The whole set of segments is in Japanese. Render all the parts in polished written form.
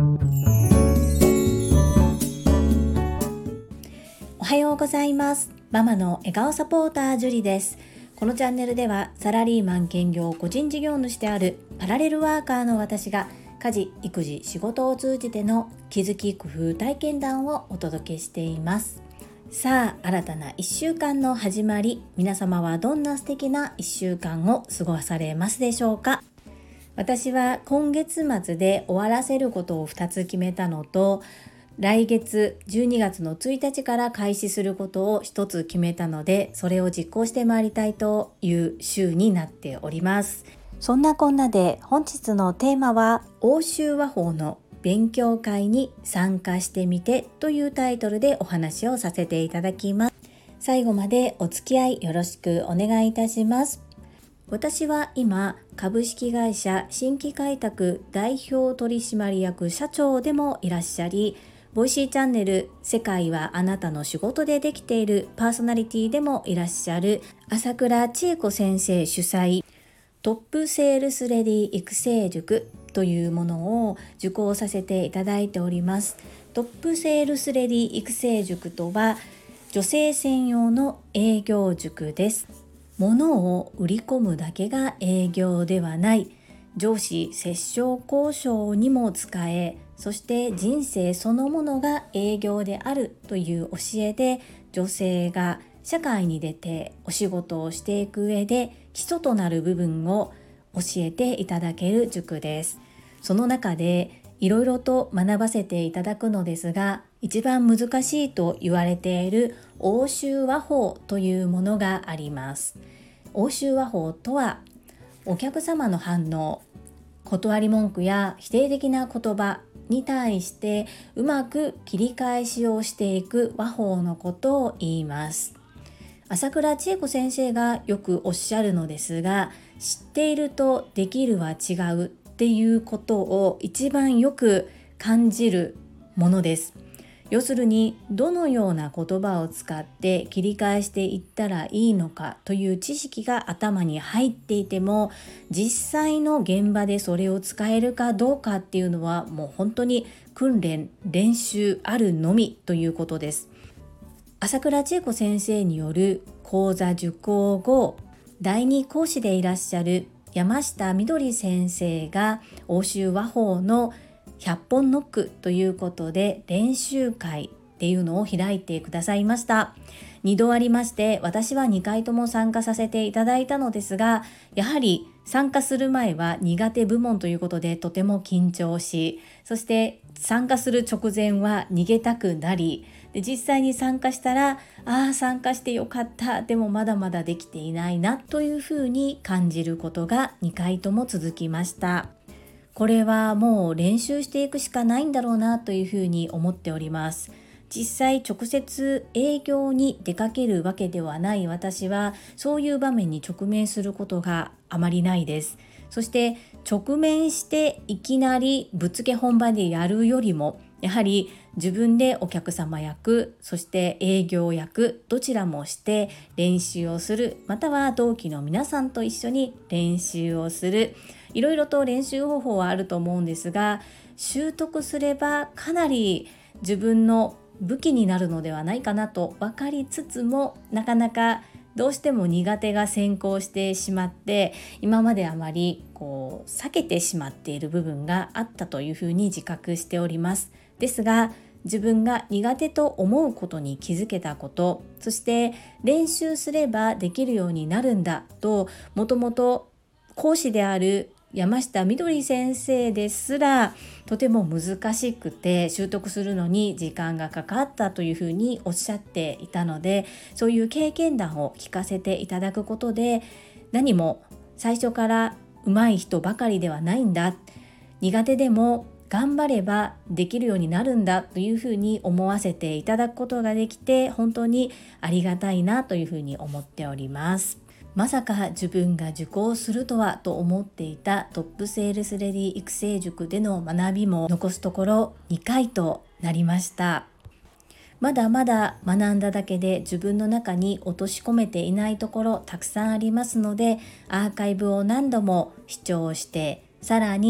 おはようございます。ママの笑顔サポータージュリです。このチャンネルではサラリーマン兼業個人事業主であるパラレルワーカーの私が家事・育児・仕事を通じての気づき・工夫・体験談をお届けしています。さあ、新たな1週間の始まり、皆様はどんな素敵な1週間を過ごされますでしょうか。私は今月末で終わらせることを2つ決めたのと、来月12月の1日から開始することを1つ決めたので、それを実行してまいりたいという週になっております。そんなこんなで本日のテーマは、欧州和法の勉強会に参加してみてというタイトルでお話をさせていただきます。最後までお付き合いよろしくお願いいたします。私は今、株式会社新規開拓代表取締役社長でもいらっしゃり、ボイシーチャンネル世界はあなたの仕事でできているパーソナリティでもいらっしゃる朝倉千恵子先生主催トップセールスレディ育成塾というものを受講させていただいております。トップセールスレディ育成塾とは女性専用の営業塾です。物を売り込むだけが営業ではない、上司折衝交渉にも使え、そして人生そのものが営業であるという教えで、女性が社会に出てお仕事をしていく上で基礎となる部分を教えていただける塾です。その中でいろいろと学ばせていただくのですが、一番難しいと言われている欧州和法というものがあります。欧州和法とは、お客様の反応、断り文句や否定的な言葉に対してうまく切り返しをしていく和法のことを言います。朝倉千恵子先生がよくおっしゃるのですが、知っているとできるは違うっていうことを一番よく感じるものです。要するに、どのような言葉を使って切り返していったらいいのかという知識が頭に入っていても、実際の現場でそれを使えるかどうかっていうのはもう本当に訓練・練習あるのみということです。朝倉千恵子先生による講座受講後、第2講師でいらっしゃる山下みどり先生が欧州和法の100本ノックということで練習会っていうのを開いてくださいました。2度ありまして、私は2回とも参加させていただいたのですが、やはり参加する前は苦手部門ということでとても緊張し、そして参加する直前は逃げたくなり、で実際に参加したら、参加してよかった、でもまだまだできていないなというふうに感じることが2回とも続きました。これはもう練習していくしかないんだろうなというふうに思っております。実際直接営業に出かけるわけではない私は、そういう場面に直面することがあまりないです。そして直面していきなりぶっつけ本番でやるよりも、やはり自分でお客様役、そして営業役、どちらもして練習をする、または同期の皆さんと一緒に練習をする、いろいろと練習方法はあると思うんですが、習得すればかなり自分の武器になるのではないかなと分かりつつも、なかなかどうしても苦手が先行してしまって、今まであまり避けてしまっている部分があったというふうに自覚しております。ですが、自分が苦手と思うことに気づけたこと、そして練習すればできるようになるんだと、もともと講師である山下みどり先生ですらとても難しくて習得するのに時間がかかったというふうにおっしゃっていたので、そういう経験談を聞かせていただくことで、何も最初から上手い人ばかりではないんだ、苦手でも頑張ればできるようになるんだというふうに思わせていただくことができて、本当にありがたいなというふうに思っております。まさか自分が受講するとはと思っていたトップセールスレディ育成塾での学びも残すところ2回となりました。まだまだ学んだだけで自分の中に落とし込めていないところたくさんありますので、アーカイブを何度も視聴して、さらに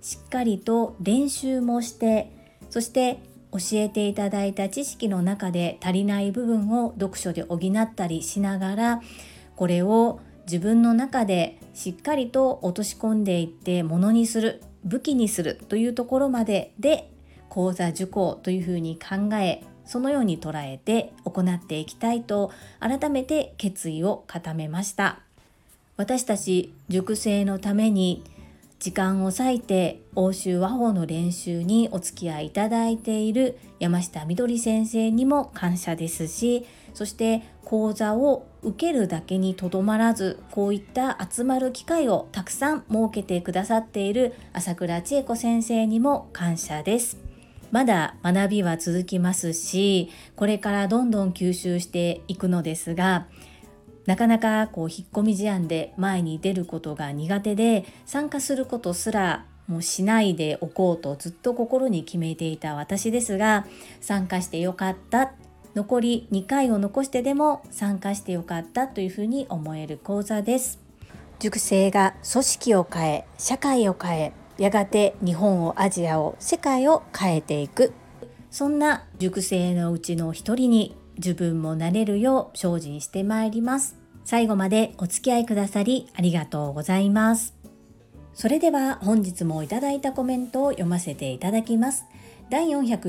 しっかりと練習もして、そして教えていただいた知識の中で足りない部分を読書で補ったりしながら、これを自分の中でしっかりと落とし込んでいってものにする、武器にするというところまでで講座受講というふうに考え、そのように捉えて行っていきたいと改めて決意を固めました。私たち塾生のために時間を割いて欧州和法の練習にお付き合いいただいている山下みどり先生にも感謝ですし、そして講座を受けるだけにとどまらず、こういった集まる機会をたくさん設けてくださっている朝倉千恵子先生にも感謝です。まだ学びは続きますし、これからどんどん吸収していくのですが、なかなか引っ込み思案で前に出ることが苦手で、参加することすらもうしないでおこうとずっと心に決めていた私ですが、参加してよかった、残り2回を残してでも参加してよかったというふうに思える講座です。塾生が組織を変え、社会を変え、やがて日本を、アジアを、世界を変えていく、そんな塾生のうちの一人に自分もなれるよう精進してまいります。最後までお付き合いくださりありがとうございます。それでは本日もいただいたコメントを読ませていただきます。第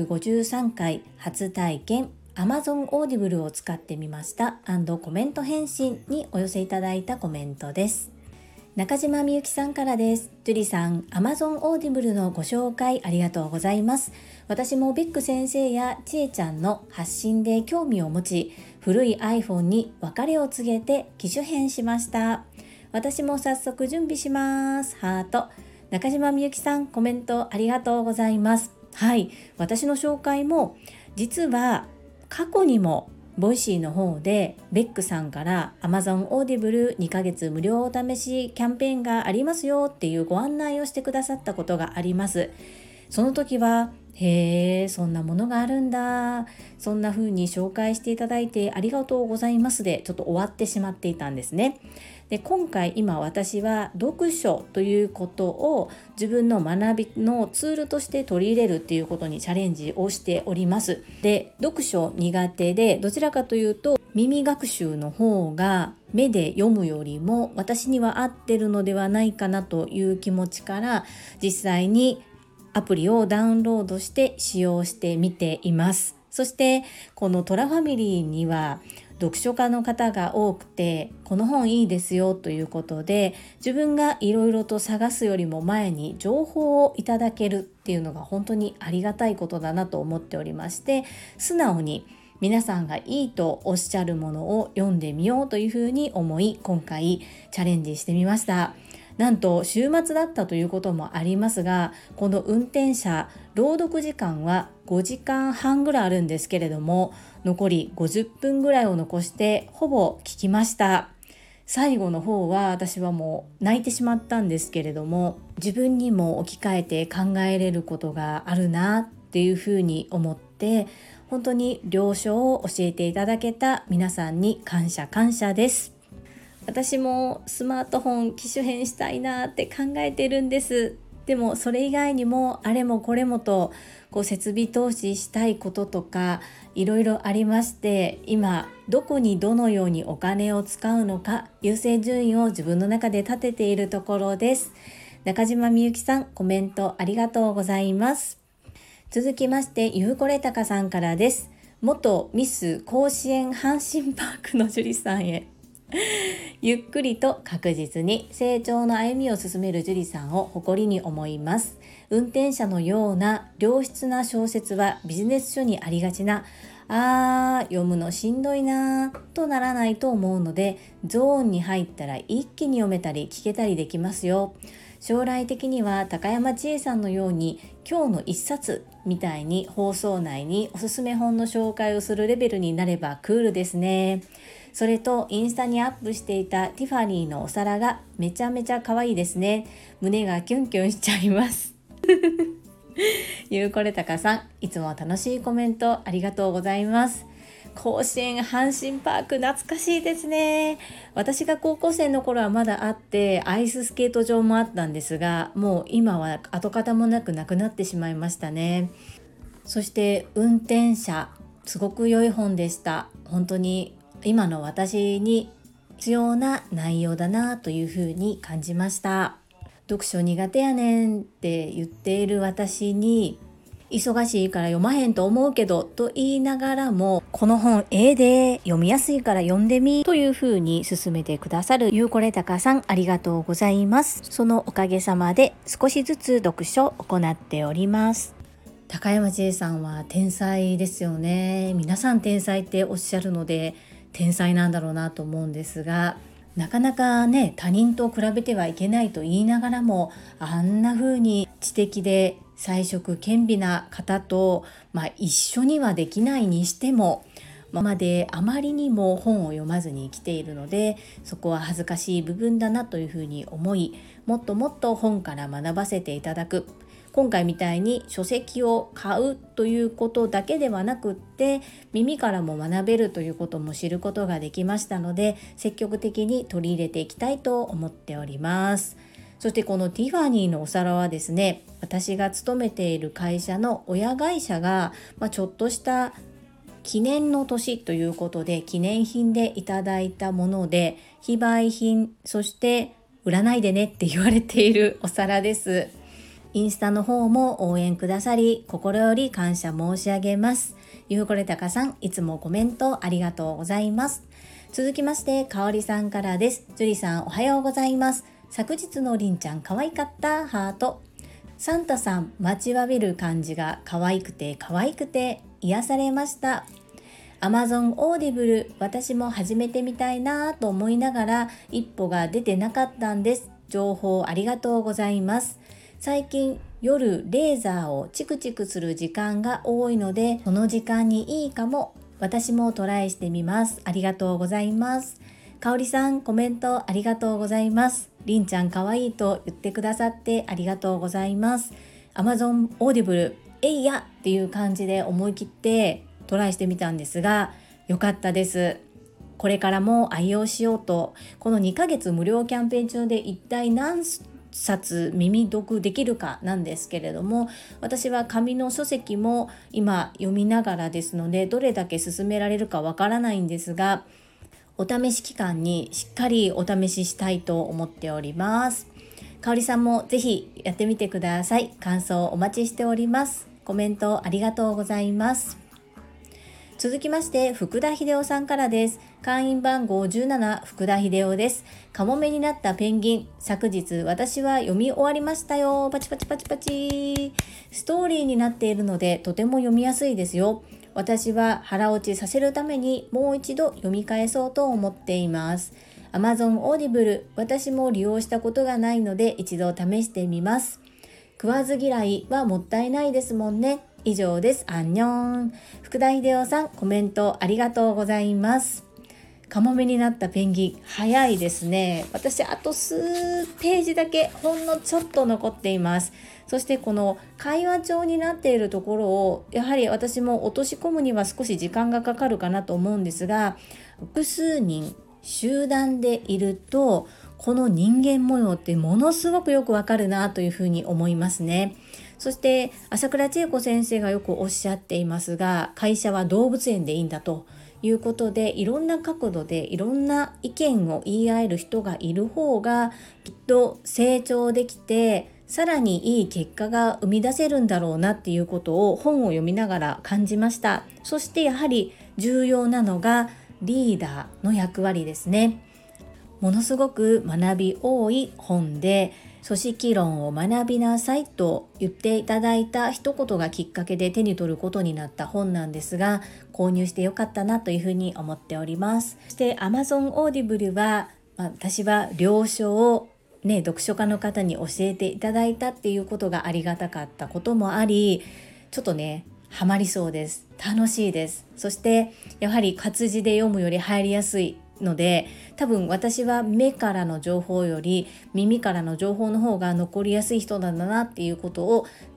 453回初体験 Amazon Audible を使ってみました&コメント返信にお寄せいただいたコメントです。中島みゆきさんからです。ジュリさん、Amazon Audible のご紹介ありがとうございます。私もベック先生やちえちゃんの発信で興味を持ち、古い iPhone に別れを告げて機種変しました。私も早速準備します。ハート。中島みゆきさん、コメントありがとうございます。はい、私の紹介も実は過去にもボイシーの方でベックさんから Amazon Audible 2ヶ月無料お試しキャンペーンがありますよっていうご案内をしてくださったことがあります。その時はへー、そんなものがあるんだ、そんな風に紹介していただいてありがとうございますでちょっと終わってしまっていたんですね。で、今回今私は読書ということを自分の学びのツールとして取り入れるっていうことにチャレンジをしております。で、読書苦手でどちらかというと耳学習の方が目で読むよりも私には合ってるのではないかなという気持ちから実際にアプリをダウンロードして使用してみています。そしてこのトラファミリーには読書家の方が多くて、この本いいですよということで自分がいろいろと探すよりも前に情報をいただけるっていうのが本当にありがたいことだなと思っておりまして、素直に皆さんがいいとおっしゃるものを読んでみようというふうに思い、今回チャレンジしてみました。なんと週末だったということもありますが、この運転者朗読時間は5時間半ぐらいあるんですけれども、残り50分ぐらいを残してほぼ聞きました。最後の方は私はもう泣いてしまったんですけれども、自分にも置き換えて考えれることがあるなっていうふうに思って、本当に了承を教えていただけた皆さんに感謝です。私もスマートフォン機種変したいなって考えてるんです。でもそれ以外にもあれもこれもと設備投資したいこととかいろいろありまして、今どこにどのようにお金を使うのか優先順位を自分の中で立てているところです。中島みゆきさん、コメントありがとうございます。続きましてゆうこれたかさんからです。元ミス甲子園阪神パークの樹里さんへ。ゆっくりと確実に成長の歩みを進める樹里さんを誇りに思います。運転者のような良質な小説はビジネス書にありがちな読むのしんどいなとならないと思うので、ゾーンに入ったら一気に読めたり聞けたりできますよ。将来的には高山千恵さんのように今日の一冊みたいに放送内におすすめ本の紹介をするレベルになればクールですね。それとインスタにアップしていたティファニーのお皿がめちゃめちゃ可愛いですね。胸がキュンキュンしちゃいますゆうこれたかさん、いつも楽しいコメントありがとうございます。 甲子園阪神パーク懐かしいですね。私が高校生の頃はまだあってアイススケート場もあったんですが、もう今は跡形もなくなくなってしまいましたね。そして運転者、すごく良い本でした。本当に今の私に必要な内容だなというふうに感じました。読書苦手やねんって言っている私に、忙しいから読まへんと思うけどと言いながらも、この本で読みやすいから読んでみというふうに勧めてくださるゆうこれたかさん、ありがとうございます。そのおかげさまで少しずつ読書を行っております。高山千恵さんは天才ですよね。皆さん天才っておっしゃるので天才なんだろうなと思うんですが、なかなかね、他人と比べてはいけないと言いながらも、あんな風に知的で才色兼備な方と、一緒にはできないにしても、であまりにも本を読まずに生きているので、そこは恥ずかしい部分だなというふうに思い、もっともっと本から学ばせていただく。今回みたいに書籍を買うということだけではなくって、耳からも学べるということも知ることができましたので、積極的に取り入れていきたいと思っております。そしてこのティファニーのお皿はですね、私が勤めている会社の親会社が、ちょっとした記念の年ということで記念品でいただいたもので、非売品、そして売らないでねって言われているお皿です。インスタの方も応援くださり心より感謝申し上げます。ゆうこれたかさん、いつもコメントありがとうございます。続きまして、かおりさんからです。ジュリさん、おはようございます。昨日のりんちゃん可愛かった、ハート。サンタさん待ちわびる感じが可愛くて癒されました。Amazon Audible、 私も始めてみたいなと思いながら一歩が出てなかったんです。情報ありがとうございます。最近夜レーザーをチクチクする時間が多いので、その時間にいいかも。私もトライしてみます。ありがとうございます。かおりさん、コメントありがとうございます。りんちゃんかわいいと言ってくださってありがとうございます。 Amazon Audible、 えいやっていう感じで思い切ってトライしてみたんですが、良かったです。これからも愛用しようと、この2ヶ月無料キャンペーン中で一体何冊耳読できるかなんですけれども、私は紙の書籍も今読みながらですので、どれだけ進められるかわからないんですが、お試し期間にしっかりお試ししたいと思っております。かおりさんもぜひやってみてください。感想お待ちしております。コメントありがとうございます。続きまして福田秀夫さんからです。会員番号17、福田秀夫です。カモメになったペンギン、昨日私は読み終わりましたよ。パチパチパチパチ。ストーリーになっているのでとても読みやすいですよ。私は腹落ちさせるためにもう一度読み返そうと思っています。 Amazon Audible、 私も利用したことがないので一度試してみます。食わず嫌いはもったいないですもんね。以上です。アンニョン。福田秀夫さん、コメントありがとうございます。カモメになったペンギン、早いですね。私あと数ページだけ、ほんのちょっと残っています。そしてこの会話帳になっているところを、やはり私も落とし込むには少し時間がかかるかなと思うんですが、複数人集団でいるとこの人間模様ってものすごくよくわかるなというふうに思いますね。そして朝倉千恵子先生がよくおっしゃっていますが、会社は動物園でいいんだということで、いろんな角度でいろんな意見を言い合える人がいる方がきっと成長できて、さらにいい結果が生み出せるんだろうなっていうことを本を読みながら感じました。そしてやはり重要なのがリーダーの役割ですね。ものすごく学び多い本で、組織論を学びなさいと言っていただいた一言がきっかけで手に取ることになった本なんですが、購入してよかったなというふうに思っております。そして Amazon Audible は、私は了承を読書家の方に教えていただいたっていうことがありがたかったこともあり、ちょっとハマりそうです。楽しいです。そしてやはり活字で読むより入りやすいので、多分私は目からの情報より耳からの情報の方が残りやすい人なんだなっていうことを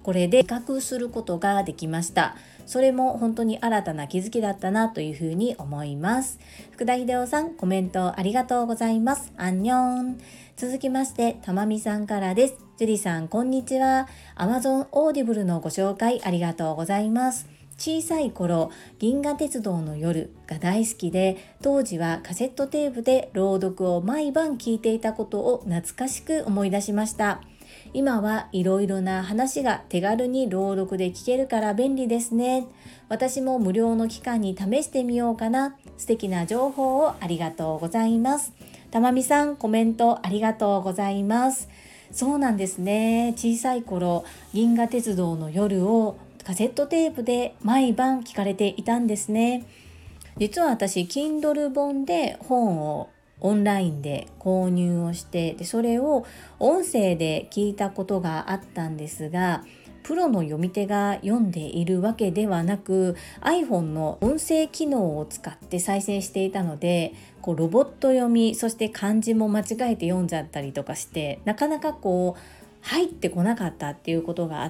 これで比較することができました。それも本当に新たな気づきだったなというふうに思います。福田秀夫さん、コメントありがとうございます。アンニョン。続きましてたまみさんからです。ジュリさんこんにちは。 Amazon Audible のご紹介ありがとうございます。小さい頃、銀河鉄道の夜が大好きで、当時はカセットテープで朗読を毎晩聞いていたことを懐かしく思い出しました。今はいろいろな話が手軽に朗読で聞けるから便利ですね。私も無料の期間に試してみようかな。素敵な情報をありがとうございます。たまみさん、コメントありがとうございます。そうなんですね。小さい頃、銀河鉄道の夜をカセットテープで毎晩聞かれていたんですね。実は私 Kindle 本で本をオンラインで購入をして、でそれを音声で聞いたことがあったんですが、プロの読み手が読んでいるわけではなく iPhone の音声機能を使って再生していたので、ロボット読み、そして漢字も間違えて読んじゃったりとかして、なかなか入ってこなかったっていうことがあって、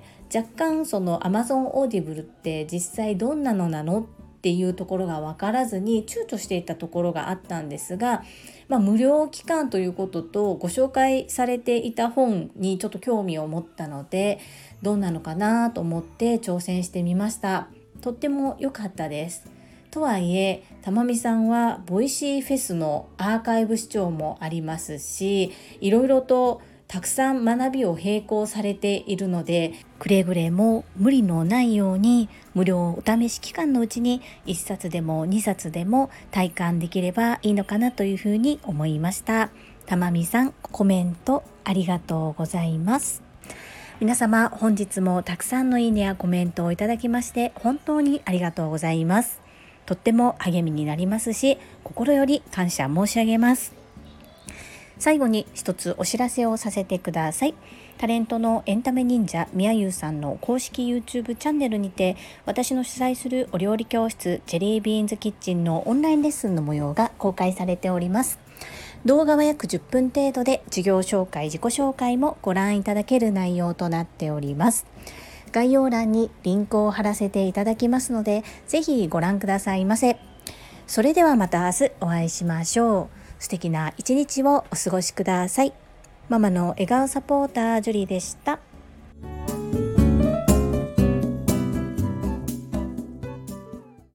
若干その Amazon Audible って実際どんなのなのっていうところが分からずに躊躇していたところがあったんですが、無料期間ということとご紹介されていた本にちょっと興味を持ったので、どんなのかなと思って挑戦してみました。とっても良かったです。とはいえ、たまみさんはボイシーフェスのアーカイブ視聴もありますし、いろいろとたくさん学びを並行されているので、くれぐれも無理のないように無料お試し期間のうちに1冊でも2冊でも体感できればいいのかなというふうに思いました。たまみさん、コメントありがとうございます。皆様、本日もたくさんのいいねやコメントをいただきまして本当にありがとうございます。とっても励みになりますし、心より感謝申し上げます。最後に一つお知らせをさせてください。タレントのエンタメ忍者みやゆうさんの公式 YouTube チャンネルにて、私の主催するお料理教室ジェリービーンズキッチンのオンラインレッスンの模様が公開されております。動画は約10分程度で、授業紹介、自己紹介もご覧いただける内容となっております。概要欄にリンクを貼らせていただきますので、ぜひご覧くださいませ。それではまた明日お会いしましょう。素敵な一日をお過ごしください。ママの笑顔サポータージュリでした。